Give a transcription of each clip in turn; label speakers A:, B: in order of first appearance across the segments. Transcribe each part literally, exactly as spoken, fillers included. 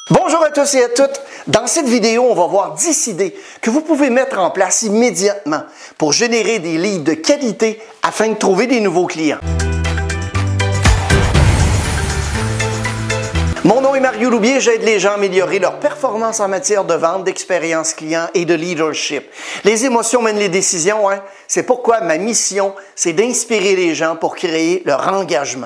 A: Bonjour à tous et à toutes. Dans cette vidéo, on va voir dix idées que vous pouvez mettre en place immédiatement pour générer des leads de qualité afin de trouver des nouveaux clients. Mon nom est Mario Loubier, j'aide les gens à améliorer leur performance en matière de vente, d'expérience client et de leadership. Les émotions mènent les décisions, hein? C'est pourquoi ma mission, c'est d'inspirer les gens pour créer leur engagement.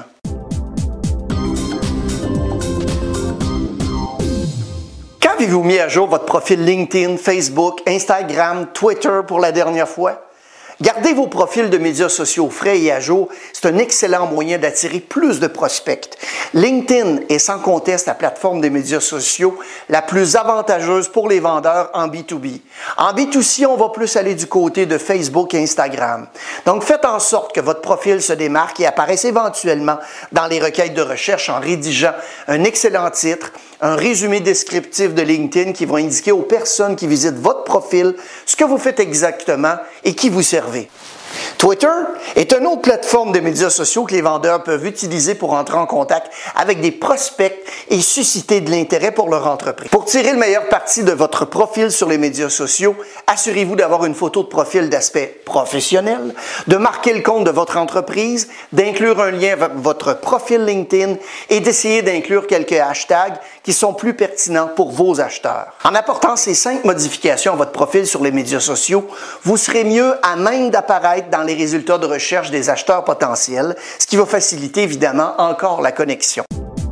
A: Quand avez-vous mis à jour votre profil LinkedIn, Facebook, Instagram, Twitter pour la dernière fois? Gardez vos profils de médias sociaux frais et à jour, c'est un excellent moyen d'attirer plus de prospects. LinkedIn est sans conteste la plateforme des médias sociaux la plus avantageuse pour les vendeurs en B deux B. En B deux C, on va plus aller du côté de Facebook et Instagram. Donc, faites en sorte que votre profil se démarque et apparaisse éventuellement dans les requêtes de recherche en rédigeant un excellent titre, un résumé descriptif de LinkedIn qui va indiquer aux personnes qui visitent votre profil ce que vous faites exactement et qui vous servez. Twitter est une autre plateforme de médias sociaux que les vendeurs peuvent utiliser pour entrer en contact avec des prospects et susciter de l'intérêt pour leur entreprise. Pour tirer le meilleur parti de votre profil sur les médias sociaux, assurez-vous d'avoir une photo de profil d'aspect professionnel, de marquer le compte de votre entreprise, d'inclure un lien avec votre profil LinkedIn et d'essayer d'inclure quelques hashtags qui sont plus pertinents pour vos acheteurs. En apportant ces cinq modifications à votre profil sur les médias sociaux, vous serez mieux à même d'apparaître dans les résultats de recherche des acheteurs potentiels, ce qui va faciliter évidemment encore la connexion.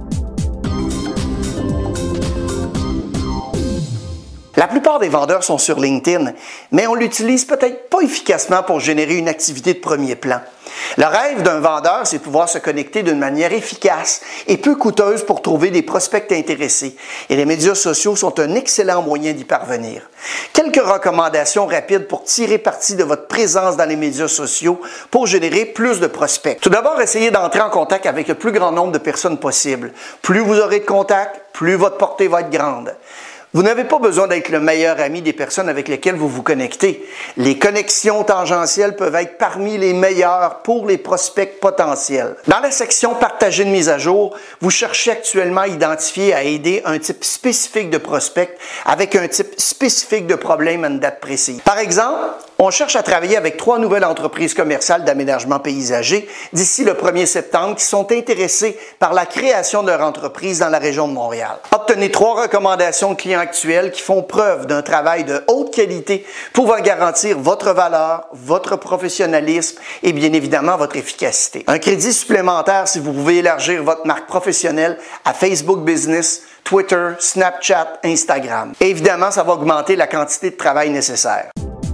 A: La plupart des vendeurs sont sur LinkedIn, mais on l'utilise peut-être pas efficacement pour générer une activité de premier plan. Le rêve d'un vendeur, c'est de pouvoir se connecter d'une manière efficace et peu coûteuse pour trouver des prospects intéressés. Et les médias sociaux sont un excellent moyen d'y parvenir. Quelques recommandations rapides pour tirer parti de votre présence dans les médias sociaux pour générer plus de prospects. Tout d'abord, essayez d'entrer en contact avec le plus grand nombre de personnes possible. Plus vous aurez de contacts, plus votre portée va être grande. Vous n'avez pas besoin d'être le meilleur ami des personnes avec lesquelles vous vous connectez. Les connexions tangentielles peuvent être parmi les meilleures pour les prospects potentiels. Dans la section « Partager une mise à jour », vous cherchez actuellement à identifier et à aider un type spécifique de prospect avec un type spécifique de problème à une date précise. Par exemple, on cherche à travailler avec trois nouvelles entreprises commerciales d'aménagement paysager d'ici le premier septembre qui sont intéressées par la création de leur entreprise dans la région de Montréal. Obtenez trois recommandations de clients actuels qui font preuve d'un travail de haute qualité pouvant garantir votre valeur, votre professionnalisme et bien évidemment votre efficacité. Un crédit supplémentaire si vous pouvez élargir votre marque professionnelle à Facebook Business, Twitter, Snapchat, Instagram. Et évidemment, ça va augmenter la quantité de travail nécessaire.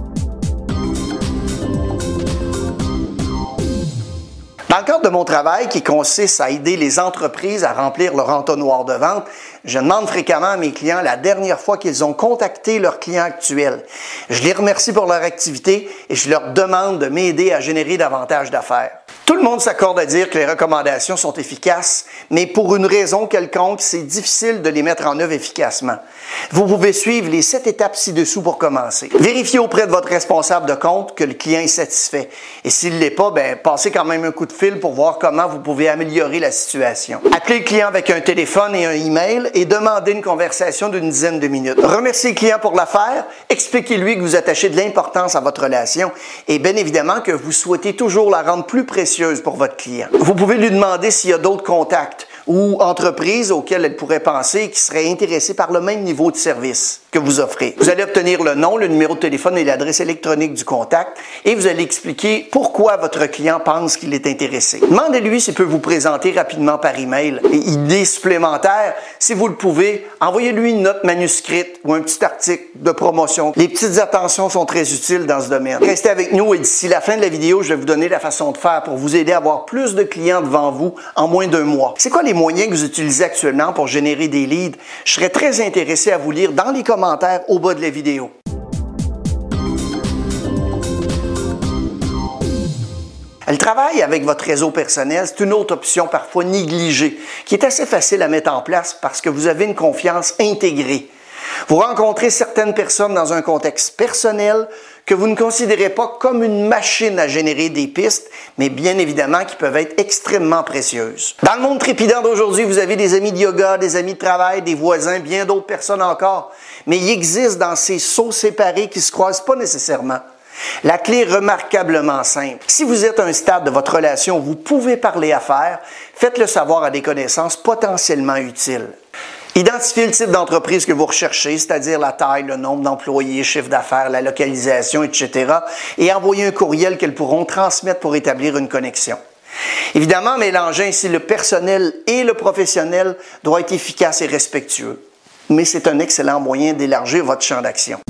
A: Dans le cadre de mon travail qui consiste à aider les entreprises à remplir leur entonnoir de vente, je demande fréquemment à mes clients la dernière fois qu'ils ont contacté leurs clients actuels. Je les remercie pour leur activité et je leur demande de m'aider à générer davantage d'affaires. Tout le monde s'accorde à dire que les recommandations sont efficaces, mais pour une raison quelconque, c'est difficile de les mettre en œuvre efficacement. Vous pouvez suivre les sept étapes ci-dessous pour commencer. Vérifiez auprès de votre responsable de compte que le client est satisfait. Et s'il ne l'est pas, ben, passez quand même un coup de fil pour voir comment vous pouvez améliorer la situation. Appelez le client avec un téléphone et un email et demandez une conversation d'une dizaine de minutes. Remerciez le client pour l'affaire, expliquez-lui que vous attachez de l'importance à votre relation et bien évidemment que vous souhaitez toujours la rendre plus précieuse pour votre client. Vous pouvez lui demander s'il y a d'autres contacts ou entreprises auxquelles elle pourrait penser et qui seraient intéressées par le même niveau de service que vous offrez. Vous allez obtenir le nom, le numéro de téléphone et l'adresse électronique du contact et vous allez expliquer pourquoi votre client pense qu'il est intéressé. Demandez-lui s'il peut vous présenter rapidement par email. Et idée supplémentaire, si vous le pouvez, envoyez-lui une note manuscrite ou un petit article de promotion. Les petites attentions sont très utiles dans ce domaine. Restez avec nous et d'ici la fin de la vidéo, je vais vous donner la façon de faire pour vous aider à avoir plus de clients devant vous en moins d'un mois. C'est quoi les moyens que vous utilisez actuellement pour générer des leads? Je serais très intéressé à vous lire dans les commentaires au bas de la vidéo. Le travail avec votre réseau personnel, c'est une autre option parfois négligée, qui est assez facile à mettre en place parce que vous avez une confiance intégrée. Vous rencontrez certaines personnes dans un contexte personnel que vous ne considérez pas comme une machine à générer des pistes, mais bien évidemment qui peuvent être extrêmement précieuses. Dans le monde trépidant d'aujourd'hui, vous avez des amis de yoga, des amis de travail, des voisins, bien d'autres personnes encore, mais il existe dans ces sauts séparés qui ne se croisent pas nécessairement. La clé est remarquablement simple. Si vous êtes à un stade de votre relation où vous pouvez parler affaires, faites-le savoir à des connaissances potentiellement utiles. Identifiez le type d'entreprise que vous recherchez, c'est-à-dire la taille, le nombre d'employés, chiffre d'affaires, la localisation, et cetera, et envoyez un courriel qu'elles pourront transmettre pour établir une connexion. Évidemment, mélanger ainsi le personnel et le professionnel doit être efficace et respectueux, mais c'est un excellent moyen d'élargir votre champ d'action.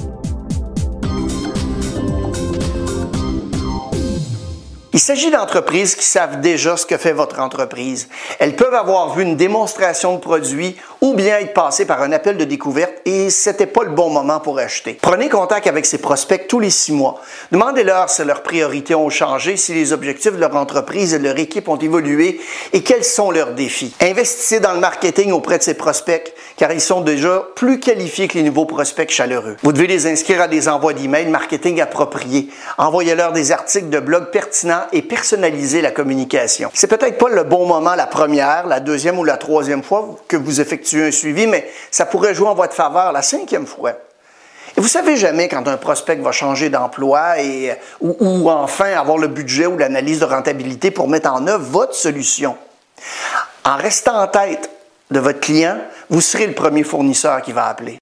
A: Il s'agit d'entreprises qui savent déjà ce que fait votre entreprise. Elles peuvent avoir vu une démonstration de produit ou bien être passées par un appel de découverte et ce n'était pas le bon moment pour acheter. Prenez contact avec ces prospects tous les six mois. Demandez-leur si leurs priorités ont changé, si les objectifs de leur entreprise et de leur équipe ont évolué et quels sont leurs défis. Investissez dans le marketing auprès de ces prospects car ils sont déjà plus qualifiés que les nouveaux prospects chaleureux. Vous devez les inscrire à des envois d'emails marketing appropriés. Envoyez-leur des articles de blog pertinents et personnaliser la communication. C'est peut-être pas le bon moment la première, la deuxième ou la troisième fois que vous effectuez un suivi, mais ça pourrait jouer en votre faveur la cinquième fois. Et vous savez jamais quand un prospect va changer d'emploi et, ou, ou enfin avoir le budget ou l'analyse de rentabilité pour mettre en œuvre votre solution. En restant en tête de votre client, vous serez le premier fournisseur qui va appeler.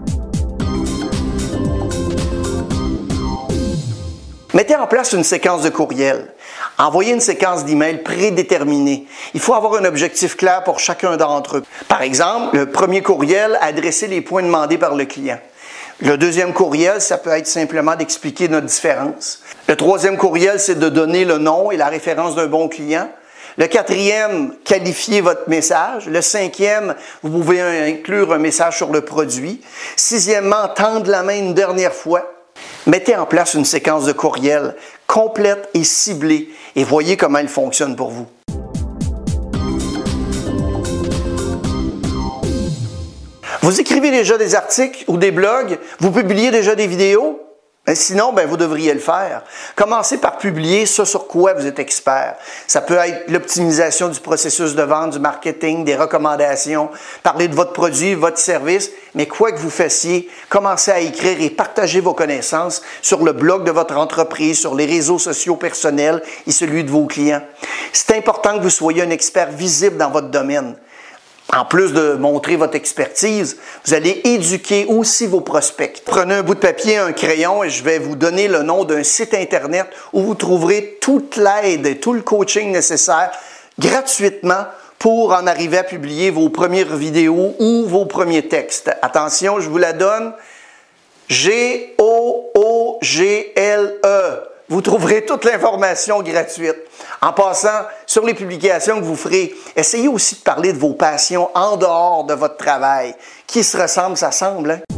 A: Mettez en place une séquence de courriels. Envoyez une séquence d'emails prédéterminée. Il faut avoir un objectif clair pour chacun d'entre eux. Par exemple, le premier courriel, adresser les points demandés par le client. Le deuxième courriel, ça peut être simplement d'expliquer notre différence. Le troisième courriel, c'est de donner le nom et la référence d'un bon client. Le quatrième, qualifier votre message. Le cinquième, vous pouvez inclure un message sur le produit. Sixièmement, tendre la main une dernière fois. Mettez en place une séquence de courriels complète et ciblée et voyez comment elle fonctionne pour vous. Vous écrivez déjà des articles ou des blogs? Vous publiez déjà des vidéos? Sinon, ben, vous devriez le faire. Commencez par publier ce sur quoi vous êtes expert. Ça peut être l'optimisation du processus de vente, du marketing, des recommandations, parler de votre produit, votre service, mais quoi que vous fassiez, commencez à écrire et partager vos connaissances sur le blog de votre entreprise, sur les réseaux sociaux personnels et celui de vos clients. C'est important que vous soyez un expert visible dans votre domaine. En plus de montrer votre expertise, vous allez éduquer aussi vos prospects. Prenez un bout de papier, un crayon et je vais vous donner le nom d'un site Internet où vous trouverez toute l'aide et tout le coaching nécessaire gratuitement pour en arriver à publier vos premières vidéos ou vos premiers textes. Attention, je vous la donne. G O O G L E. Vous trouverez toute l'information gratuite. En passant, sur les publications que vous ferez, essayez aussi de parler de vos passions en dehors de votre travail. Qui se ressemble, ça semble, hein?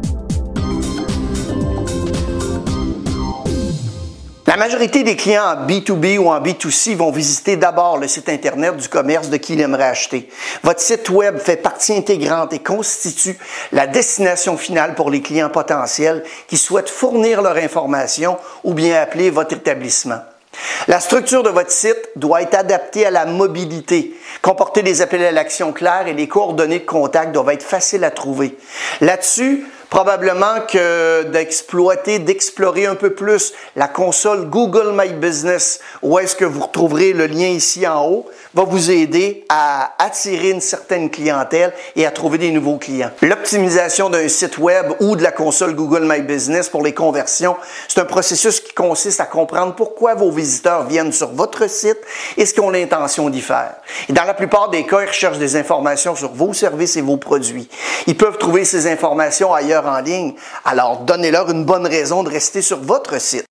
A: La majorité des clients en B deux B ou en B deux C vont visiter d'abord le site Internet du commerce de qui ils aimeraient acheter. Votre site Web fait partie intégrante et constitue la destination finale pour les clients potentiels qui souhaitent fournir leur information ou bien appeler votre établissement. La structure de votre site doit être adaptée à la mobilité, comporter des appels à l'action clairs et les coordonnées de contact doivent être faciles à trouver. Là-dessus, probablement que d'exploiter, d'explorer un peu plus la console Google My Business, où est-ce que vous retrouverez le lien ici en haut, va vous aider à attirer une certaine clientèle et à trouver des nouveaux clients. L'optimisation d'un site web ou de la console Google My Business pour les conversions, c'est un processus qui consiste à comprendre pourquoi vos visiteurs viennent sur votre site et ce qu'ils ont l'intention d'y faire. Et dans la plupart des cas, ils recherchent des informations sur vos services et vos produits. Ils peuvent trouver ces informations ailleurs en ligne, alors donnez-leur une bonne raison de rester sur votre site.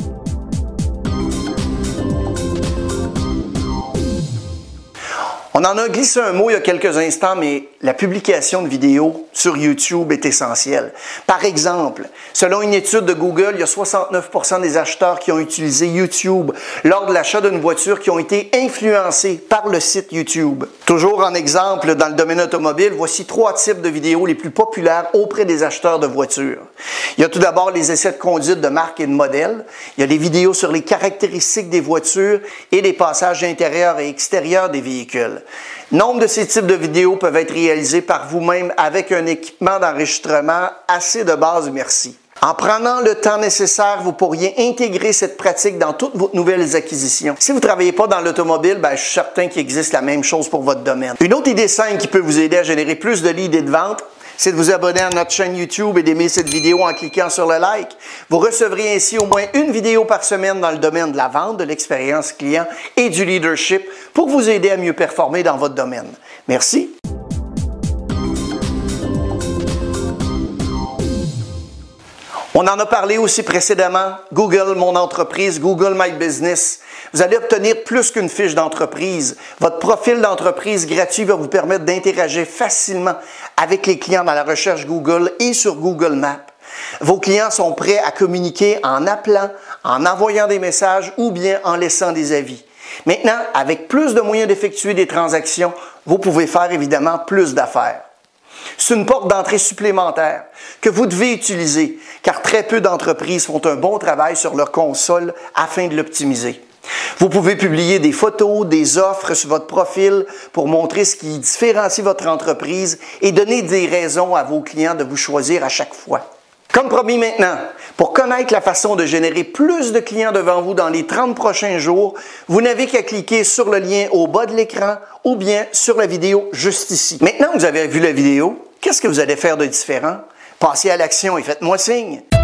A: On en a glissé un mot il y a quelques instants, mais la publication de vidéos sur YouTube est essentielle. Par exemple, selon une étude de Google, il y a soixante-neuf pour cent des acheteurs qui ont utilisé YouTube lors de l'achat d'une voiture qui ont été influencés par le site YouTube. Toujours en exemple, dans le domaine automobile, voici trois types de vidéos les plus populaires auprès des acheteurs de voitures. Il y a tout d'abord les essais de conduite de marque et de modèle. Il y a les vidéos sur les caractéristiques des voitures et les passages intérieurs et extérieurs des véhicules. Nombre de ces types de vidéos peuvent être réalisés par vous-même avec un équipement d'enregistrement assez de base, merci. En prenant le temps nécessaire, vous pourriez intégrer cette pratique dans toutes vos nouvelles acquisitions. Si vous ne travaillez pas dans l'automobile, ben, je suis certain qu'il existe la même chose pour votre domaine. Une autre idée simple qui peut vous aider à générer plus de leads et de ventes, c'est de vous abonner à notre chaîne YouTube et d'aimer cette vidéo en cliquant sur le like. Vous recevrez ainsi au moins une vidéo par semaine dans le domaine de la vente, de l'expérience client et du leadership pour vous aider à mieux performer dans votre domaine. Merci. On en a parlé aussi précédemment, Google Mon Entreprise, Google My Business. Vous allez obtenir plus qu'une fiche d'entreprise. Votre profil d'entreprise gratuit va vous permettre d'interagir facilement avec les clients dans la recherche Google et sur Google Maps. Vos clients sont prêts à communiquer en appelant, en envoyant des messages ou bien en laissant des avis. Maintenant, avec plus de moyens d'effectuer des transactions, vous pouvez faire évidemment plus d'affaires. C'est une porte d'entrée supplémentaire que vous devez utiliser, car très peu d'entreprises font un bon travail sur leur console afin de l'optimiser. Vous pouvez publier des photos, des offres sur votre profil pour montrer ce qui différencie votre entreprise et donner des raisons à vos clients de vous choisir à chaque fois. Comme promis maintenant, pour connaître la façon de générer plus de clients devant vous dans les trente prochains jours, vous n'avez qu'à cliquer sur le lien au bas de l'écran ou bien sur la vidéo juste ici. Maintenant que vous avez vu la vidéo, qu'est-ce que vous allez faire de différent? Passez à l'action et faites-moi signe!